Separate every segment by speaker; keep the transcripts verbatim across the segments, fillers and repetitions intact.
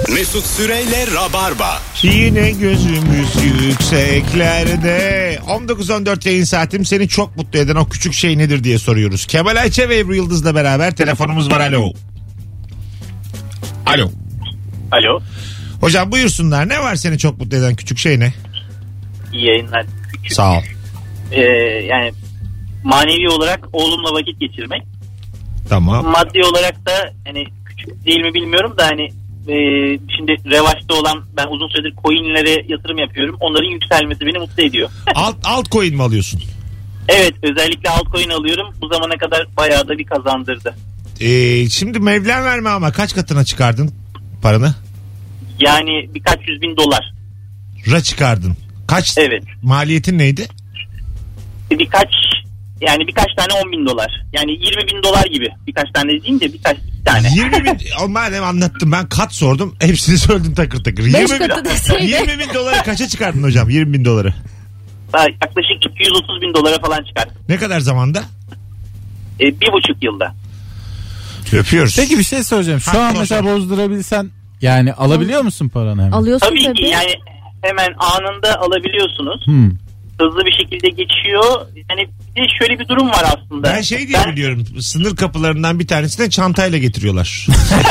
Speaker 1: Mesut Süreyle Rabarba.
Speaker 2: Yine gözümüz yükseklerde. on dokuz on dört yayın saatim. Seni çok mutlu eden o küçük şey nedir diye soruyoruz. Kemal Ayça ve Ebru Yıldız'la beraber telefonumuz var. Alo. Alo.
Speaker 3: Alo.
Speaker 2: Hocam buyursunlar. Ne var seni çok mutlu eden küçük şey ne?
Speaker 3: İyi yayınlar. Küçük.
Speaker 2: Sağ ol.
Speaker 3: Ee, yani manevi olarak oğlumla vakit geçirmek.
Speaker 2: Tamam.
Speaker 3: Maddi olarak da hani küçük değil mi bilmiyorum da hani e, şimdi revaçta olan, ben uzun süredir coinlere yatırım yapıyorum. Onların yükselmesi beni mutlu ediyor.
Speaker 2: Alt, altcoin mi alıyorsun?
Speaker 3: Evet, özellikle altcoin alıyorum. Bu zamana kadar bayağı da bir kazandırdı.
Speaker 2: Ee, şimdi Mevlam verme ama kaç katına çıkardın paranı?
Speaker 3: Yani birkaç yüz bin dolar.
Speaker 2: Ra çıkardın. Kaç?
Speaker 3: Evet.
Speaker 2: Maliyetin neydi?
Speaker 3: Birkaç yani birkaç tane on bin dolar. Yani yirmi bin dolar gibi. Birkaç tane değil de birkaç iki tane.
Speaker 2: yirmi bin. O madem anlattım, ben kat sordum. Hepsini söyledin takır takır.
Speaker 4: Beş
Speaker 2: yirmi
Speaker 4: katı
Speaker 2: bin,
Speaker 4: deseydi.
Speaker 2: yirmi bin doları kaça çıkardın hocam? yirmi bin doları.
Speaker 3: Yaklaşık iki yüz otuz bin dolara falan çıkar.
Speaker 2: Ne kadar zamanda?
Speaker 3: E, bir buçuk yılda.
Speaker 2: Öpüyoruz.
Speaker 5: Peki bir şey soracağım. Şu
Speaker 2: Ha,
Speaker 5: an
Speaker 2: boş
Speaker 5: mesela
Speaker 2: ver.
Speaker 5: bozdurabilsen yani alabiliyor musun paranı hemen?
Speaker 4: Alıyorsun
Speaker 3: Tabii,
Speaker 4: tabii.
Speaker 3: ki yani hemen anında alabiliyorsunuz.
Speaker 5: Hmm.
Speaker 3: Hızlı bir şekilde geçiyor. Yani bir de şöyle bir durum var aslında.
Speaker 2: Ben şey diye biliyorum. Sınır kapılarından bir tanesine çantayla getiriyorlar.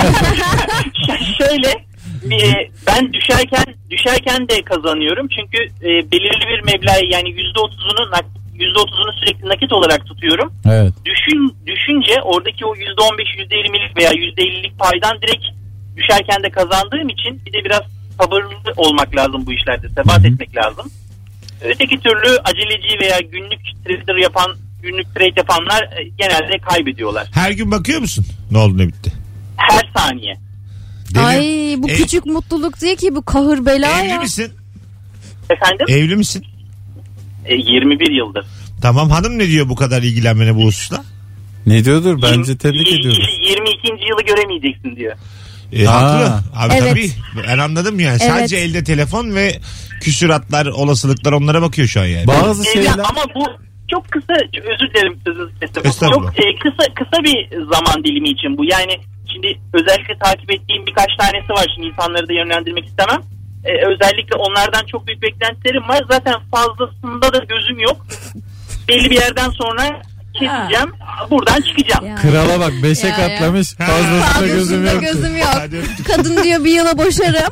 Speaker 3: Şöyle e, ben düşerken düşerken de kazanıyorum. Çünkü e, belirli bir meblağı, yani yüzde otuzunu yüzde otuzunu sürekli nakit olarak tutuyorum.
Speaker 5: Evet.
Speaker 3: Düşün düşünce oradaki o yüzde on beş yüzde yirmilik veya yüzde ellilik paydan direkt düşerken de kazandığım için bir de biraz sabırlı olmak lazım bu işlerde. Sebat
Speaker 5: Hı-hı.
Speaker 3: etmek lazım. Öteki türlü aceleci veya günlük trader yapan, günlük trade yapanlar e, genelde kaybediyorlar.
Speaker 2: Her gün bakıyor musun? Ne oldu ne bitti?
Speaker 3: Her saniye.
Speaker 2: Deli-
Speaker 4: Ay bu
Speaker 2: E-
Speaker 4: küçük mutluluk değil ki, bu kahır bela
Speaker 2: Evli
Speaker 4: ya.
Speaker 2: misin?
Speaker 3: Efendim?
Speaker 2: Evli misin?
Speaker 3: E, yirmi bir yıldır.
Speaker 2: Tamam, hanım ne diyor bu kadar ilgilenmene bu hususla?
Speaker 5: Ne diyordur? Bence
Speaker 3: Yirmi-
Speaker 5: tebrik
Speaker 3: y-
Speaker 5: ediyoruz.
Speaker 3: yirmi ikinci yılı göremeyeceksin diyor.
Speaker 2: E,
Speaker 5: Aa.
Speaker 2: haklı. Abi
Speaker 4: Evet.
Speaker 2: tabii. Ben anladım yani.
Speaker 4: Evet.
Speaker 2: Sadece elde telefon ve küsuratlar, olasılıklar, onlara bakıyor şu an yani.
Speaker 5: Bazı
Speaker 3: E,
Speaker 5: şeyler...
Speaker 3: ya ama bu çok kısa, özür dilerim sözünüzü kestim.
Speaker 2: Estağfurullah.
Speaker 3: Çok e, kısa kısa bir zaman dilimi için bu. Yani şimdi özellikle takip ettiğim birkaç tanesi var. Şimdi insanları da yönlendirmek istemem. E, özellikle onlardan çok büyük beklentilerim var. Zaten fazlasında da gözüm yok. Belli bir yerden sonra keseceğim. Buradan çıkacağım.
Speaker 4: Ya.
Speaker 5: Krala bak beşe
Speaker 4: Ya,
Speaker 5: katlamış. Fazlasında gözüm
Speaker 4: Fazlasında
Speaker 5: yok.
Speaker 4: gözüm yok.
Speaker 2: Hadi öptüm.
Speaker 4: Kadın diyor bir yıla boşarım.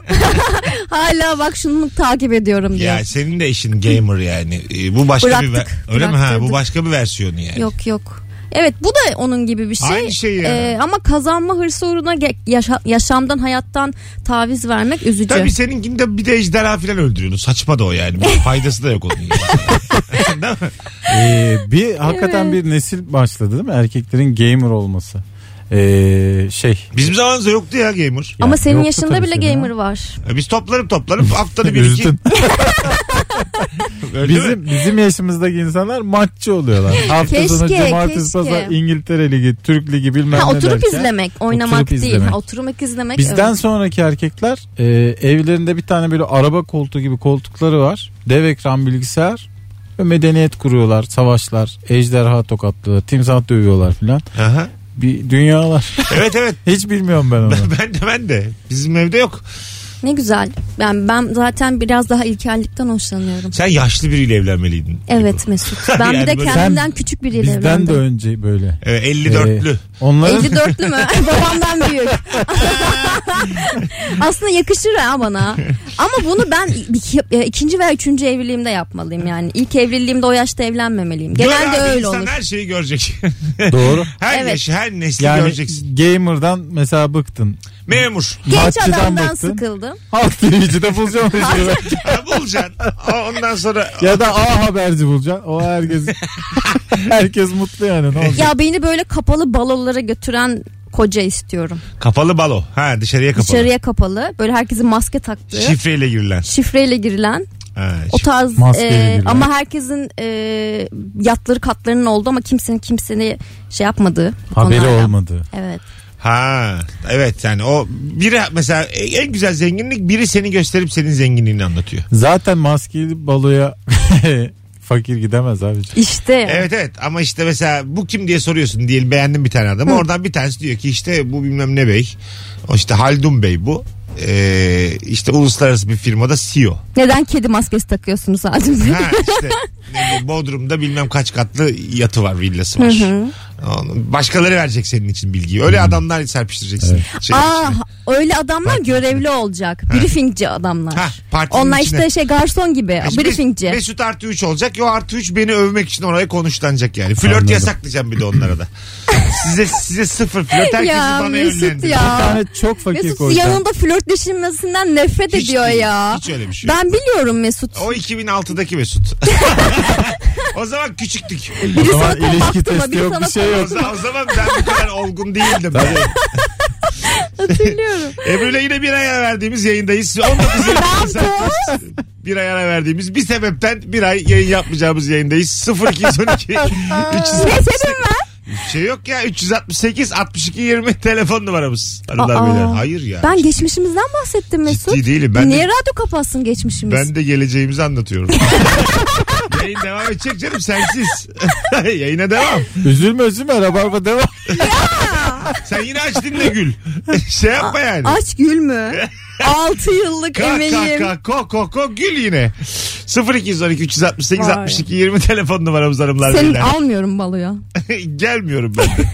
Speaker 4: Hala bak şunu takip ediyorum diyor.
Speaker 2: Ya senin de işin gamer yani. Ee, bu başka
Speaker 4: Bıraktık,
Speaker 2: bir ver- öyle mi ha? Bu
Speaker 4: bıraktırdık.
Speaker 2: başka bir versiyonu yani.
Speaker 4: Yok yok. Evet, bu da onun gibi bir şey.
Speaker 2: Aynı şey ya.
Speaker 4: Ee, ama kazanma hırsı uğruna ge- yaşa- yaşamdan, hayattan taviz vermek üzücü.
Speaker 2: Tabii seninkinde bir de ejderha falan öldürüyorsun. Saçma da o yani. Bir faydası da yok onun. Yani. Değil mi?
Speaker 5: Ee, bir hakikaten bir nesil başladı değil mi? Erkeklerin gamer olması. Ee, şey.
Speaker 2: Bizim zamanımızda yoktu ya gamer.
Speaker 4: Ama
Speaker 5: Yani
Speaker 4: senin
Speaker 5: yoktu
Speaker 4: yaşında
Speaker 5: tabii
Speaker 4: bile
Speaker 5: senin,
Speaker 4: gamer
Speaker 5: ha.
Speaker 4: var.
Speaker 2: E Biz toplanıp toplanıp haftada bir iki.
Speaker 5: Üzdün.
Speaker 2: Öyle değil mi?
Speaker 5: Bizim bizim yaşımızdaki insanlar maççı oluyorlar. Hafta
Speaker 4: Keşke,
Speaker 5: sonu cumartesi
Speaker 4: keşke.
Speaker 5: pazar İngiltere Ligi, Türk Ligi bilmem
Speaker 4: Ha,
Speaker 5: ne
Speaker 4: oturup
Speaker 5: derken.
Speaker 4: izlemek, oynamak
Speaker 5: oturup
Speaker 4: değil.
Speaker 5: izlemek.
Speaker 4: Ha, oturmak izlemek.
Speaker 5: Bizden
Speaker 4: evet.
Speaker 5: sonraki erkekler e, evlerinde bir tane böyle araba koltuğu gibi koltukları var. Dev ekran bilgisayar ve medeniyet kuruyorlar. Savaşlar, ejderha tokatlıyorlar, timsah dövüyorlar filan.
Speaker 2: Aha.
Speaker 5: Bir dünyalar.
Speaker 2: Evet evet.
Speaker 5: Hiç bilmiyorum ben onu.
Speaker 2: Ben de ben de. Bizim evde yok.
Speaker 4: Ne güzel. Yani ben zaten biraz daha ilkellikten hoşlanıyorum.
Speaker 2: Sen yaşlı biriyle evlenmeliydin.
Speaker 4: Evet Mesut. Ben
Speaker 2: Yani
Speaker 4: bir de
Speaker 2: böyle-
Speaker 4: kendimden
Speaker 5: Sen
Speaker 4: küçük biriyle
Speaker 5: Bizden
Speaker 4: evlendim.
Speaker 5: de önce böyle.
Speaker 2: Evet, elli dörtlü.
Speaker 5: Ee, onların
Speaker 4: elli dörtlü mü? Babamdan büyük. Aslında yakışır ha bana. Ama bunu ben iki- ikinci veya üçüncü evliliğimde yapmalıyım yani. İlk evliliğimde o yaşta evlenmemeliyim.
Speaker 2: Gör
Speaker 4: Genelde
Speaker 2: abi,
Speaker 4: öyle
Speaker 2: insan
Speaker 4: olur.
Speaker 2: her şeyi görecek.
Speaker 5: doğru.
Speaker 2: Her
Speaker 4: Evet.
Speaker 2: yaşı, her nesli
Speaker 5: Yani
Speaker 2: göreceksin.
Speaker 5: gamer'dan mesela bıktın.
Speaker 2: Memur.
Speaker 4: Genç
Speaker 5: Maççıdan
Speaker 4: adamdan
Speaker 5: bıktın.
Speaker 4: sıkıldım.
Speaker 5: Halk T V'de bulacaksın.
Speaker 2: Ha, bulacaksın. Ondan sonra
Speaker 5: Ya da A Haberci bulacaksın. O herkes herkes mutlu yani. Ne olacak?
Speaker 4: Ya beni böyle kapalı balolara götüren koca istiyorum.
Speaker 2: kapalı balo. Ha, dışarıya kapalı.
Speaker 4: Dışarıya kapalı. Böyle herkesin maske taktığı.
Speaker 2: Şifreyle girilen.
Speaker 4: Şifreyle girilen.
Speaker 2: Ha,
Speaker 4: O tarz
Speaker 5: Maskeyle
Speaker 4: e,
Speaker 5: girilen.
Speaker 4: ama herkesin e, yatları katlarının olduğu ama kimsenin kimseni şey yapmadığı. bu
Speaker 5: Haberi
Speaker 4: konularda.
Speaker 5: olmadı.
Speaker 4: Evet.
Speaker 2: Ha, evet yani o biri mesela en güzel zenginlik, biri seni gösterip senin zenginliğini anlatıyor.
Speaker 5: Zaten maskeli baloya fakir gidemez abi.
Speaker 4: İşte.
Speaker 2: Evet evet, ama işte mesela bu kim diye soruyorsun diyelim, beğendin bir tane adamı.
Speaker 4: Hı.
Speaker 2: Oradan bir tanesi diyor ki işte bu bilmem ne bey. O işte Haldun Bey bu. Ee, işte uluslararası bir firmada C E O.
Speaker 4: Neden kedi maskesi takıyorsunuz Saat'im?
Speaker 2: Ha işte ne, Bodrum'da bilmem kaç katlı yatı var, villası var. Hı hı. Başkaları verecek senin için bilgiyi. Öyle adamlar serpiştireceksin.
Speaker 5: Evet.
Speaker 2: Şey,
Speaker 4: Aa,
Speaker 2: içine.
Speaker 4: öyle adamlar
Speaker 2: Parti.
Speaker 4: Görevli olacak. Ha. Briefingci adamlar.
Speaker 2: Ha, onlar
Speaker 4: içine. işte şey garson gibi.
Speaker 2: Yani
Speaker 4: briefingci.
Speaker 2: Mesut artı üç olacak. Yo artı üç beni övmek için oraya konuşlanacak yani. Flört
Speaker 5: Anladım.
Speaker 2: Yasaklayacağım bir de onlara da. size size sıfır flört. Herkesi
Speaker 4: ya,
Speaker 2: bana
Speaker 4: Mesut
Speaker 2: yönlendirin.
Speaker 4: ya.
Speaker 5: Bir tane çok fakir
Speaker 4: Mesut
Speaker 5: koyacağım.
Speaker 4: yanında flörtleşilmesinden nefret
Speaker 2: Hiç
Speaker 4: ediyor
Speaker 2: değil,
Speaker 4: ya.
Speaker 2: hiç öyle bir şey yok.
Speaker 4: Ben biliyorum Mesut.
Speaker 2: O iki bin altıdaki Mesut. O zaman küçüktük.
Speaker 5: O
Speaker 4: Biri
Speaker 5: zaman
Speaker 4: sana
Speaker 5: ilişki
Speaker 4: komaktı mı?
Speaker 5: testi
Speaker 4: Biri
Speaker 5: yok,
Speaker 4: sana
Speaker 5: bir şey
Speaker 2: O
Speaker 5: yok.
Speaker 2: zaman, o zaman ben bu kadar olgun değildim.
Speaker 4: Hatırlıyorum.
Speaker 2: Ebru'yla yine bir ay ara verdiğimiz yayındayız. on dokuz yirmi saat bir ay ara verdiğimiz bir sebepten bir ay yayın yapmayacağımız yayındayız. sıfır iki on iki üç yüz
Speaker 4: Ne sebebim var?
Speaker 2: Bir şey yok ya, üç yüz altmış sekiz altmış iki yirmi telefon numaramız. Hanımlar
Speaker 4: Aa,
Speaker 2: beyler. Hayır ya.
Speaker 4: Ben geçmişimizden bahsettim Mesut.
Speaker 2: Ciddi değilim. Ben
Speaker 4: Niye
Speaker 2: de,
Speaker 4: radyo kapatsın geçmişimiz?
Speaker 2: ben de geleceğimizi anlatıyorum. Yayın devam edecek canım, sensiz. Yayına devam.
Speaker 5: Üzülme üzülme, Rabarba devam.
Speaker 2: Sen yine aç dinle gül. Şey yapma yani.
Speaker 4: Aç gül mü? altı yıllık
Speaker 2: Kalk kalk
Speaker 4: emeğim.
Speaker 2: kalk ko ko ko gül yine. sıfır iki on iki üç altı sekiz
Speaker 4: Vay.
Speaker 2: altmış iki yirmi telefon numaramız hanımlar
Speaker 4: Senin
Speaker 2: beyler.
Speaker 4: almıyorum baloya.
Speaker 2: Gelmiyorum ben de.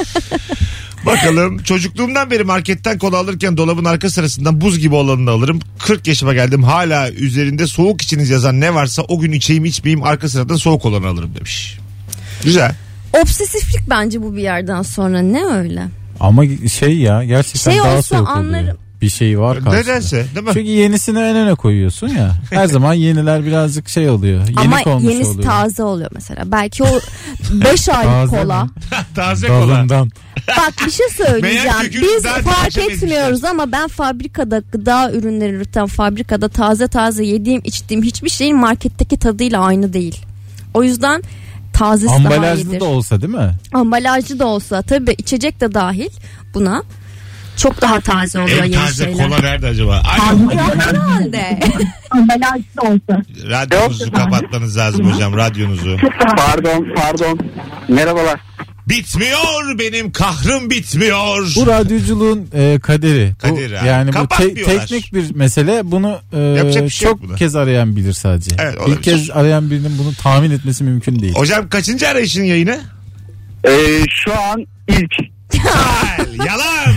Speaker 2: Bakalım, çocukluğumdan beri marketten kola alırken dolabın arka sırasından buz gibi olanını alırım. kırk yaşıma geldim, hala üzerinde soğuk içiniz yazan ne varsa o gün içeyim içmeyeyim arka sıradan soğuk olanı alırım demiş. Güzel.
Speaker 4: Obsesiflik bence bu bir yerden sonra, ne öyle?
Speaker 5: Ama şey ya, gerçekten
Speaker 4: Şey
Speaker 5: daha
Speaker 4: olsa
Speaker 5: soğuk
Speaker 4: anlarım.
Speaker 5: oluyor. Bir şey var karşısında.
Speaker 2: Nedense değil mi?
Speaker 5: Çünkü yenisini en öne koyuyorsun ya. Her zaman yeniler birazcık şey oluyor. Yeni
Speaker 4: Ama
Speaker 5: olmuş
Speaker 4: yenisi
Speaker 5: oluyor.
Speaker 4: taze oluyor mesela. Belki o beş aylık
Speaker 5: Taze
Speaker 4: kola.
Speaker 5: mi?
Speaker 2: Taze kola.
Speaker 5: Dalından.
Speaker 4: Bak bir şey söyleyeceğim.
Speaker 2: Meğer kökünü
Speaker 4: Biz
Speaker 2: daha
Speaker 4: fark
Speaker 2: çok
Speaker 4: etmiyoruz ama ben fabrikada gıda ürünleri üreten fabrikada taze taze yediğim içtiğim hiçbir şeyin marketteki tadıyla aynı değil. O yüzden tazesi daha
Speaker 5: Ambalajlı
Speaker 4: iyidir.
Speaker 5: da olsa değil mi?
Speaker 4: Ambalajlı da olsa, tabii içecek de dahil buna. Çok daha taze oluyor
Speaker 2: En
Speaker 4: yeni
Speaker 2: taze
Speaker 4: şeyler.
Speaker 2: kola nerede acaba? Alo.
Speaker 4: Herhalde.
Speaker 6: Ambalajlı olsa.
Speaker 2: Radyonuzu kapatmanız lazım hocam, radyonuzu.
Speaker 7: Pardon pardon. Merhabalar.
Speaker 2: Bitmiyor benim kahrım bitmiyor.
Speaker 5: Bu radyoculuğun e, kaderi. Bu,
Speaker 2: Kaderi abi.
Speaker 5: yani bu te-
Speaker 2: Kapatmıyorlar.
Speaker 5: teknik bir mesele. Bunu e,
Speaker 2: Yapacak bir şey yok
Speaker 5: çok
Speaker 2: buna.
Speaker 5: kez arayan bilir sadece.
Speaker 2: Evet, olabilir.
Speaker 5: İlk kez arayan birinin bunu tahmin etmesi mümkün değil.
Speaker 2: Hocam kaçıncı arayışın yayını?
Speaker 7: Ee, şu an ilk.
Speaker 2: Hayır, yalan.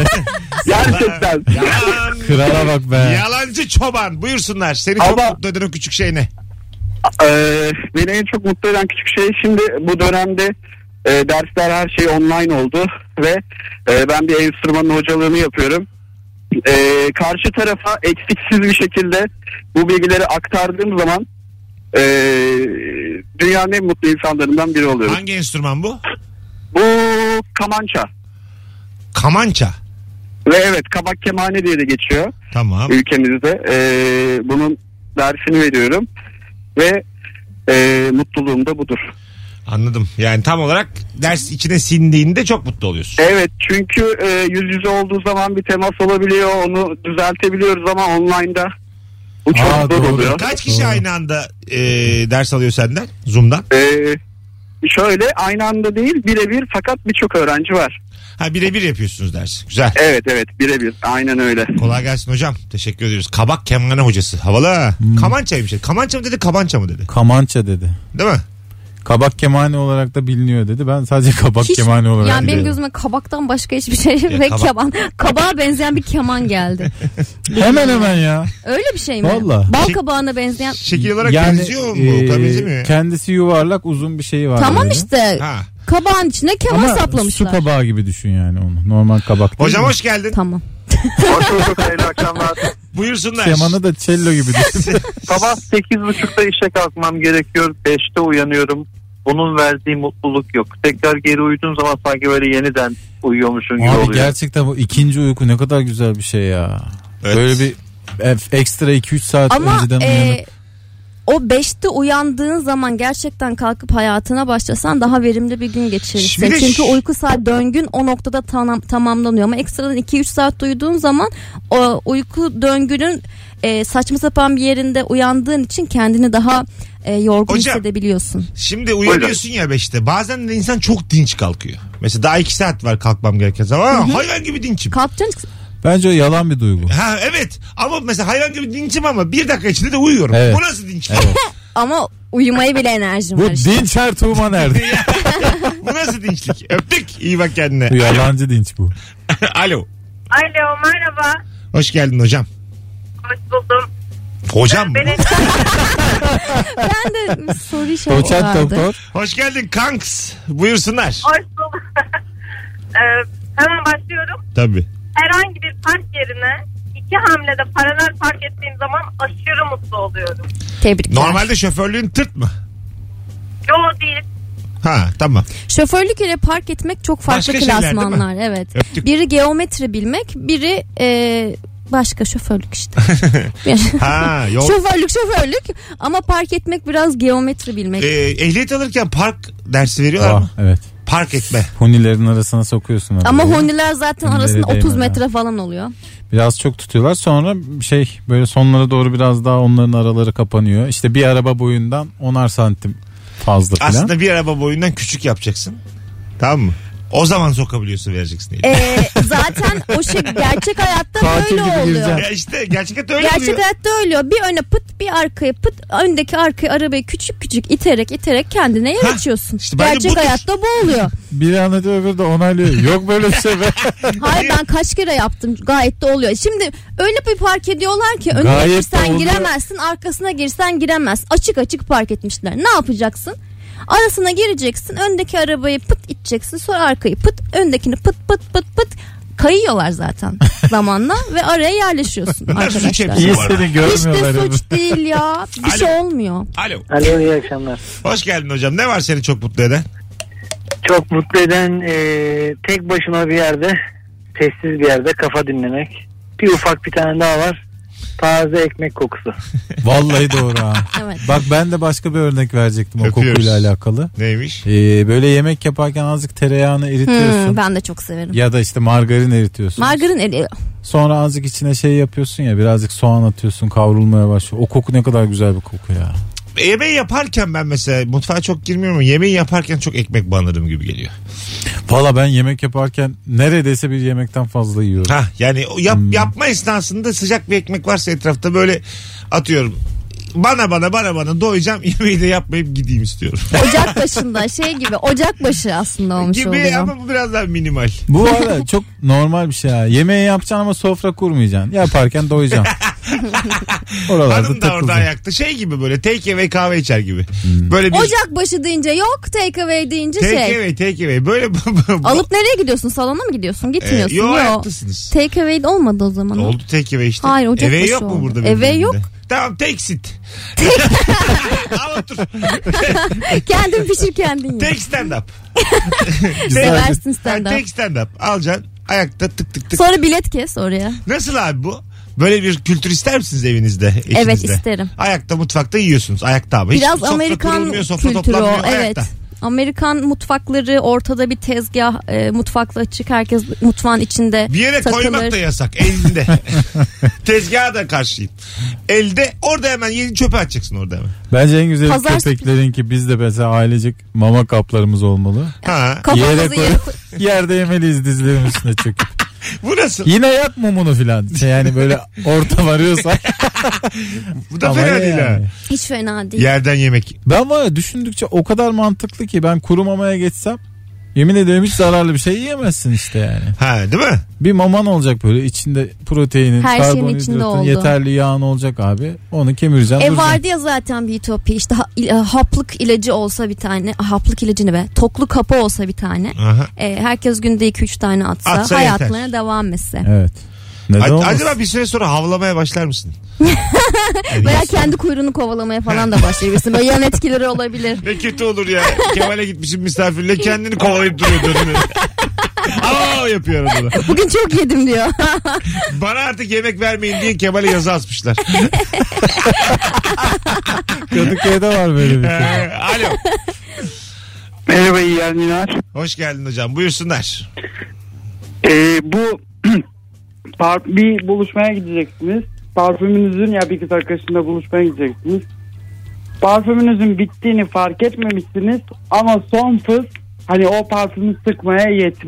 Speaker 7: Gerçekten.
Speaker 2: Yalan.
Speaker 5: Krala bak be.
Speaker 2: Yalancı çoban. Buyursunlar. Seni çok
Speaker 7: Ama-
Speaker 2: mutlu eden o küçük şey ne?
Speaker 7: Ee, beni en çok mutlu eden küçük şey, şimdi bu dönemde e, dersler her şey online oldu ve e, ben bir enstrümanın hocalığını yapıyorum. E, karşı tarafa eksiksiz bir şekilde bu bilgileri aktardığım zaman e, dünyanın en mutlu insanlarından biri oluyorum.
Speaker 2: Hangi enstrüman bu?
Speaker 7: Bu kamança
Speaker 2: Kamança.
Speaker 7: ve evet kabak kemane diye de geçiyor
Speaker 2: Tamam.
Speaker 7: ülkemizde. E, bunun dersini veriyorum ve e, mutluluğum da budur.
Speaker 2: Anladım. Yani tam olarak ders içine sindiğinde çok mutlu oluyorsun.
Speaker 7: Evet, çünkü e, yüz yüze olduğu zaman bir temas olabiliyor, onu düzeltebiliyoruz ama online'da bu çok
Speaker 5: Aa,
Speaker 7: zor
Speaker 5: doğru.
Speaker 7: oluyor.
Speaker 2: Kaç kişi
Speaker 5: Doğru.
Speaker 2: aynı anda e, ders alıyor senden? Zoom'dan.
Speaker 7: E, şöyle aynı anda değil, birebir, fakat birçok öğrenci var.
Speaker 2: Ha, birebir yapıyorsunuz ders. Güzel.
Speaker 7: Evet evet, birebir, aynen öyle.
Speaker 2: Kolay gelsin hocam. Teşekkür ediyoruz. Kabak kemane hocası. Havalı ha.
Speaker 5: Hmm.
Speaker 2: Kamançaymış. Kamança mı dedi, kabança mı dedi?
Speaker 5: Kamança dedi.
Speaker 2: Değil mi?
Speaker 5: Kabak kemane olarak da biliniyor dedi. Ben sadece kabak
Speaker 4: Hiç-
Speaker 5: kemane olarak
Speaker 4: Yani benim
Speaker 5: biliyorum.
Speaker 4: gözüme kabaktan başka hiçbir şey
Speaker 2: Ya
Speaker 4: ve
Speaker 2: kabak-
Speaker 4: keman. Kabağa benzeyen bir keman geldi.
Speaker 5: Hemen hemen ya.
Speaker 4: Öyle bir şey mi?
Speaker 5: Vallahi.
Speaker 4: Bal
Speaker 2: Şey-
Speaker 4: kabağına benzeyen.
Speaker 2: Şekil olarak
Speaker 5: Yani
Speaker 2: benziyor mu? O kadar
Speaker 5: e,
Speaker 2: benzemiyor.
Speaker 5: kendisi yuvarlak, uzun bir şeyi var.
Speaker 4: Tamam
Speaker 5: böyle.
Speaker 4: işte.
Speaker 2: Ha.
Speaker 4: Kabağın içine keman
Speaker 5: Ama su
Speaker 4: saplamışlar.
Speaker 5: kabağı gibi düşün yani onu. Normal kabak değil
Speaker 2: Hocam
Speaker 5: mi?
Speaker 2: hoş geldin.
Speaker 4: Tamam.
Speaker 7: Hoş bulduk, hayırlı akşamlar.
Speaker 2: Buyursunlar.
Speaker 5: Kemanı da cello gibi düşün.
Speaker 8: Sabah sekiz buçukta işe kalkmam gerekiyor. beşte uyanıyorum. Bunun verdiği mutluluk yok. Tekrar geri uyuduğum zaman sanki böyle yeniden uyuyormuşum gibi
Speaker 5: Abi
Speaker 8: oluyor.
Speaker 5: gerçekten bu ikinci uyku ne kadar güzel bir şey ya.
Speaker 2: Evet.
Speaker 5: Böyle bir e, ekstra iki üç saat
Speaker 4: Ama
Speaker 5: önceden
Speaker 4: e,
Speaker 5: uyanıp.
Speaker 4: o beşte uyandığın zaman gerçekten kalkıp hayatına başlasan daha verimli bir gün geçirirsin.
Speaker 2: Bir de
Speaker 4: Çünkü
Speaker 2: şu-
Speaker 4: uyku saat döngün o noktada tam, tamamlanıyor. Ama ekstradan iki üç saat uyuduğun zaman o uyku döngünün e, saçma sapan bir yerinde uyandığın için kendini daha e, yorgun
Speaker 2: Hocam,
Speaker 4: hissedebiliyorsun.
Speaker 2: Şimdi uyanıyorsun ya beşte. Bazen de insan çok dinç kalkıyor. Mesela daha iki saat var kalkmam gereken zaman. Ama hayvan gibi dinçim.
Speaker 4: Kalkacaksın.
Speaker 5: Bence o yalan bir duygu.
Speaker 2: Ha evet ama mesela hayvan gibi dinçim ama bir dakika içinde de uyuyorum.
Speaker 5: Evet.
Speaker 2: Bu nasıl dinç?
Speaker 5: Evet.
Speaker 4: Ama uyumaya bile enerjim
Speaker 5: Bu
Speaker 4: var işte.
Speaker 5: dinç her tuğma nerede?
Speaker 2: Bu nasıl dinçlik? Öptük. İyi bak kendine.
Speaker 5: Bu yalancı dinç bu.
Speaker 2: Alo.
Speaker 6: Alo merhaba.
Speaker 2: Hoş geldin hocam.
Speaker 6: Hoş buldum.
Speaker 2: Hocam mı?
Speaker 6: Beni...
Speaker 4: Ben de bir soru işareti
Speaker 5: Doçent
Speaker 4: vardı.
Speaker 5: doktor.
Speaker 2: Hoş geldin kanks. Buyursunlar.
Speaker 6: Hoş buldum. ee, hemen başlıyorum.
Speaker 2: Tabii.
Speaker 6: Herhangi bir park yerine iki hamlede paralel park ettiğim zaman aşırı mutlu oluyorum.
Speaker 4: Tebrikler.
Speaker 2: Normalde şoförlüğün tırt mı?
Speaker 6: Yo değil.
Speaker 2: Ha tamam.
Speaker 4: Şoförlük ile park etmek çok farklı
Speaker 2: Başka şeyler değil mi?
Speaker 4: klasmanlar. Evet.
Speaker 2: Öptük.
Speaker 4: Biri geometri bilmek, biri e, başka şoförlük işte.
Speaker 2: Ha yol.
Speaker 4: Şoförlük şoförlük ama park etmek biraz geometri bilmek.
Speaker 2: Ee, ehliyet alırken park dersi veriyorlar
Speaker 5: Ah,
Speaker 2: mı?
Speaker 5: evet.
Speaker 2: Park etme.
Speaker 5: Hunilerin arasına sokuyorsun.
Speaker 4: Ama
Speaker 5: arabayı.
Speaker 4: Hondiler zaten
Speaker 5: Hondileri
Speaker 4: arasında otuz
Speaker 5: değmeden.
Speaker 4: metre falan oluyor.
Speaker 5: Biraz çok tutuyorlar. Sonra şey böyle sonlara doğru biraz daha onların araları kapanıyor. İşte bir araba boyundan onar santim fazla filan.
Speaker 2: Aslında bir araba boyundan küçük yapacaksın. Tamam mı? O zaman sokabiliyorsun, vereceksin diye.
Speaker 4: Ee, zaten o şey gerçek hayatta
Speaker 5: Tatil
Speaker 4: böyle
Speaker 5: gibi
Speaker 4: oluyor.
Speaker 5: gireceksin.
Speaker 2: Ya işte gerçekten öyle
Speaker 4: Gerçek
Speaker 2: oluyor.
Speaker 4: hayatta öyle oluyor. Bir öne pıt bir arkaya pıt, öndeki arkaya arabayı küçük küçük iterek iterek kendine yer
Speaker 2: Hah,
Speaker 4: açıyorsun.
Speaker 2: işte bence
Speaker 4: Gerçek
Speaker 2: budur.
Speaker 4: hayatta bu oluyor.
Speaker 5: Biri anlatıyor öbürü de onaylıyor. Yok böyle bir şey be.
Speaker 4: Hayır ben kaç kere yaptım, gayet de oluyor. Şimdi öyle bir park ediyorlar ki önüne
Speaker 5: Gayet de
Speaker 4: girsen
Speaker 5: oluyor.
Speaker 4: giremezsin, arkasına girsen giremez. Açık açık park etmişler. Ne yapacaksın? Arasına gireceksin, öndeki arabayı pıt iteceksin, sonra arkayı pıt, öndekini pıt pıt pıt pıt. Kayıyorlar zaten zamanla ve araya yerleşiyorsun
Speaker 2: Bunlar suç
Speaker 4: arkadaşlar.
Speaker 2: hepsi
Speaker 5: İyi
Speaker 2: bu arada.
Speaker 5: seni
Speaker 4: Hiç
Speaker 5: görmüyorlar.
Speaker 4: de suç değil ya. Bir
Speaker 2: Alo.
Speaker 4: şey olmuyor.
Speaker 2: Alo.
Speaker 9: Alo iyi akşamlar.
Speaker 2: Hoş geldin hocam. Ne var seni çok mutlu eden?
Speaker 9: Çok mutlu eden e, tek başıma bir yerde, sessiz bir yerde kafa dinlemek. Bir ufak bir tane daha var. Taze ekmek kokusu.
Speaker 5: Vallahi doğru ha.
Speaker 4: Evet.
Speaker 5: Bak ben de başka bir örnek verecektim o
Speaker 2: Öpüyoruz.
Speaker 5: kokuyla alakalı.
Speaker 2: Neymiş?
Speaker 5: Ee, böyle yemek yaparken azıcık tereyağını eritiyorsun.
Speaker 4: Hmm, ben de çok severim.
Speaker 5: Ya da işte margarin eritiyorsun.
Speaker 4: Margarin eri-
Speaker 5: Sonra azıcık içine şey yapıyorsun ya, birazcık soğan atıyorsun, kavrulmaya başlıyor. O koku ne kadar güzel bir koku ya.
Speaker 2: Yemeği yaparken ben mesela mutfağa çok girmiyorum ama yemeği yaparken çok ekmek banırım gibi geliyor.
Speaker 5: Valla ben yemek yaparken neredeyse bir yemekten fazla yiyorum.
Speaker 2: Ha yani o yap,
Speaker 5: Hmm.
Speaker 2: yapma esnasında sıcak bir ekmek varsa etrafta böyle atıyorum. Bana bana bana bana doyacağım, yemeği de yapmayıp gideyim istiyorum.
Speaker 4: ocak başında şey gibi, ocak başı aslında olmuş
Speaker 2: gibi
Speaker 4: oluyor.
Speaker 2: ama bu biraz daha minimal.
Speaker 5: Bu arada çok normal bir şey ha. Yemeği yapacaksın ama sofra kurmayacaksın. Yaparken doyacaksın. Oralarda
Speaker 2: Hanım da orada
Speaker 5: takılacaksın.
Speaker 2: ayakta şey gibi böyle take away kahve içer gibi. Böyle bir
Speaker 4: Ocak başı deyince yok, take away deyince
Speaker 2: take
Speaker 4: şey.
Speaker 2: away take away böyle
Speaker 4: Alıp nereye gidiyorsun? Salona mı gidiyorsun? Gitmiyorsun.
Speaker 2: Ee, yo,
Speaker 4: Yok.
Speaker 2: hayaklısınız.
Speaker 4: Take away de olmadı o zaman.
Speaker 2: Oldu take away işte.
Speaker 4: Hayır, ocak
Speaker 2: Eve
Speaker 4: başı
Speaker 2: yok mu
Speaker 4: oldu.
Speaker 2: burada?
Speaker 4: Eve
Speaker 2: benim
Speaker 4: yok.
Speaker 2: elimde? Tamam take sit. Al otur.
Speaker 4: Kendin pişir kendin ye.
Speaker 2: Take stand up.
Speaker 4: Seversin
Speaker 2: Ha,
Speaker 4: stand up.
Speaker 2: take stand up. Alacaksın ayakta tık tık tık.
Speaker 4: Sonra bilet kes oraya.
Speaker 2: Nasıl abi bu? Böyle bir kültür ister misiniz evinizde? Eşinizde?
Speaker 4: Evet, isterim.
Speaker 2: Ayakta mutfakta yiyorsunuz. Ayakta ama. Hiç
Speaker 4: Biraz
Speaker 2: sofra
Speaker 4: Amerikan
Speaker 2: kurulmuyor, sofra
Speaker 4: kültürü o.
Speaker 2: toplanmıyor,
Speaker 4: Evet.
Speaker 2: ayakta.
Speaker 4: Amerikan mutfakları, ortada bir tezgah, e, mutfakla açık, herkes mutfağın içinde
Speaker 2: Bir yere
Speaker 4: takılır.
Speaker 2: koymak da yasak. Elinde. Tezgaha da karşıyım. Elde orada hemen yeni çöpe atacaksın orada hemen.
Speaker 5: Bence en güzel
Speaker 4: Pazar-
Speaker 5: köpeklerin ki biz de mesela ailecek mama kaplarımız olmalı.
Speaker 2: Ha.
Speaker 5: Yere
Speaker 4: Kafamızı
Speaker 5: koy,
Speaker 4: yere koy.
Speaker 5: yerde yemeliyiz dizlerin üstüne çöküp.
Speaker 2: Bu nasıl?
Speaker 5: Yine yak mumunu filan. Şey yani böyle orta varıyorsa.
Speaker 2: Bu da
Speaker 5: Ama
Speaker 2: fena
Speaker 5: ne
Speaker 2: değil ha.
Speaker 5: yani?
Speaker 4: Hiç fena değil.
Speaker 2: Yerden yemek.
Speaker 5: Ben var ya düşündükçe o kadar mantıklı ki ben kuru mamaya geçsem yemin ederim hiç zararlı bir şey yiyemezsin işte yani.
Speaker 2: Ha değil mi?
Speaker 5: Bir maman olacak böyle içinde proteinin,
Speaker 4: Her şeyin içinde
Speaker 5: karbonhidratın,
Speaker 4: oldu.
Speaker 5: yeterli yağın olacak abi. Onu kemireceksin.
Speaker 4: E
Speaker 5: duracaksın.
Speaker 4: vardı ya zaten bir ütopya işte ha- il- haplık ilacı olsa bir tane, haplık ilacı ne be, tokluk hapı olsa bir tane,
Speaker 2: Aha.
Speaker 4: e, herkes günde iki üç tane atsa,
Speaker 2: Atsa
Speaker 4: hayatlarına
Speaker 2: yeter.
Speaker 4: devam etse.
Speaker 5: Evet. Neden
Speaker 2: A-
Speaker 5: olmasın?
Speaker 2: acaba bir süre sonra havlamaya başlar mısın? Yani
Speaker 4: Veya
Speaker 2: yes.
Speaker 4: kendi kuyruğunu kovalamaya falan da başlayabilirsin. Böyle yan etkileri olabilir.
Speaker 2: Ne kötü olur ya. Kemal'e gitmişim misafirle kendini kovalayıp duruyor dönümü. Aa yapıyor arada.
Speaker 4: Bugün çok yedim diyor.
Speaker 2: Bana artık yemek vermeyin diye Kemal'e yazı asmışlar.
Speaker 5: Kadıköy'de var böyle bir şey.
Speaker 2: Ee, Alo.
Speaker 7: Merhaba iyi yayınlar.
Speaker 2: Hoş geldin hocam. Buyursunlar.
Speaker 7: Ee, bu par- bir buluşmaya gideceksiniz. Parfümünüzün ya bir kız arkadaşınla buluşmaya gideceksiniz. Parfümünüzün bittiğini fark etmemişsiniz ama son fıs hani o parfümü sıkmaya yetmiş.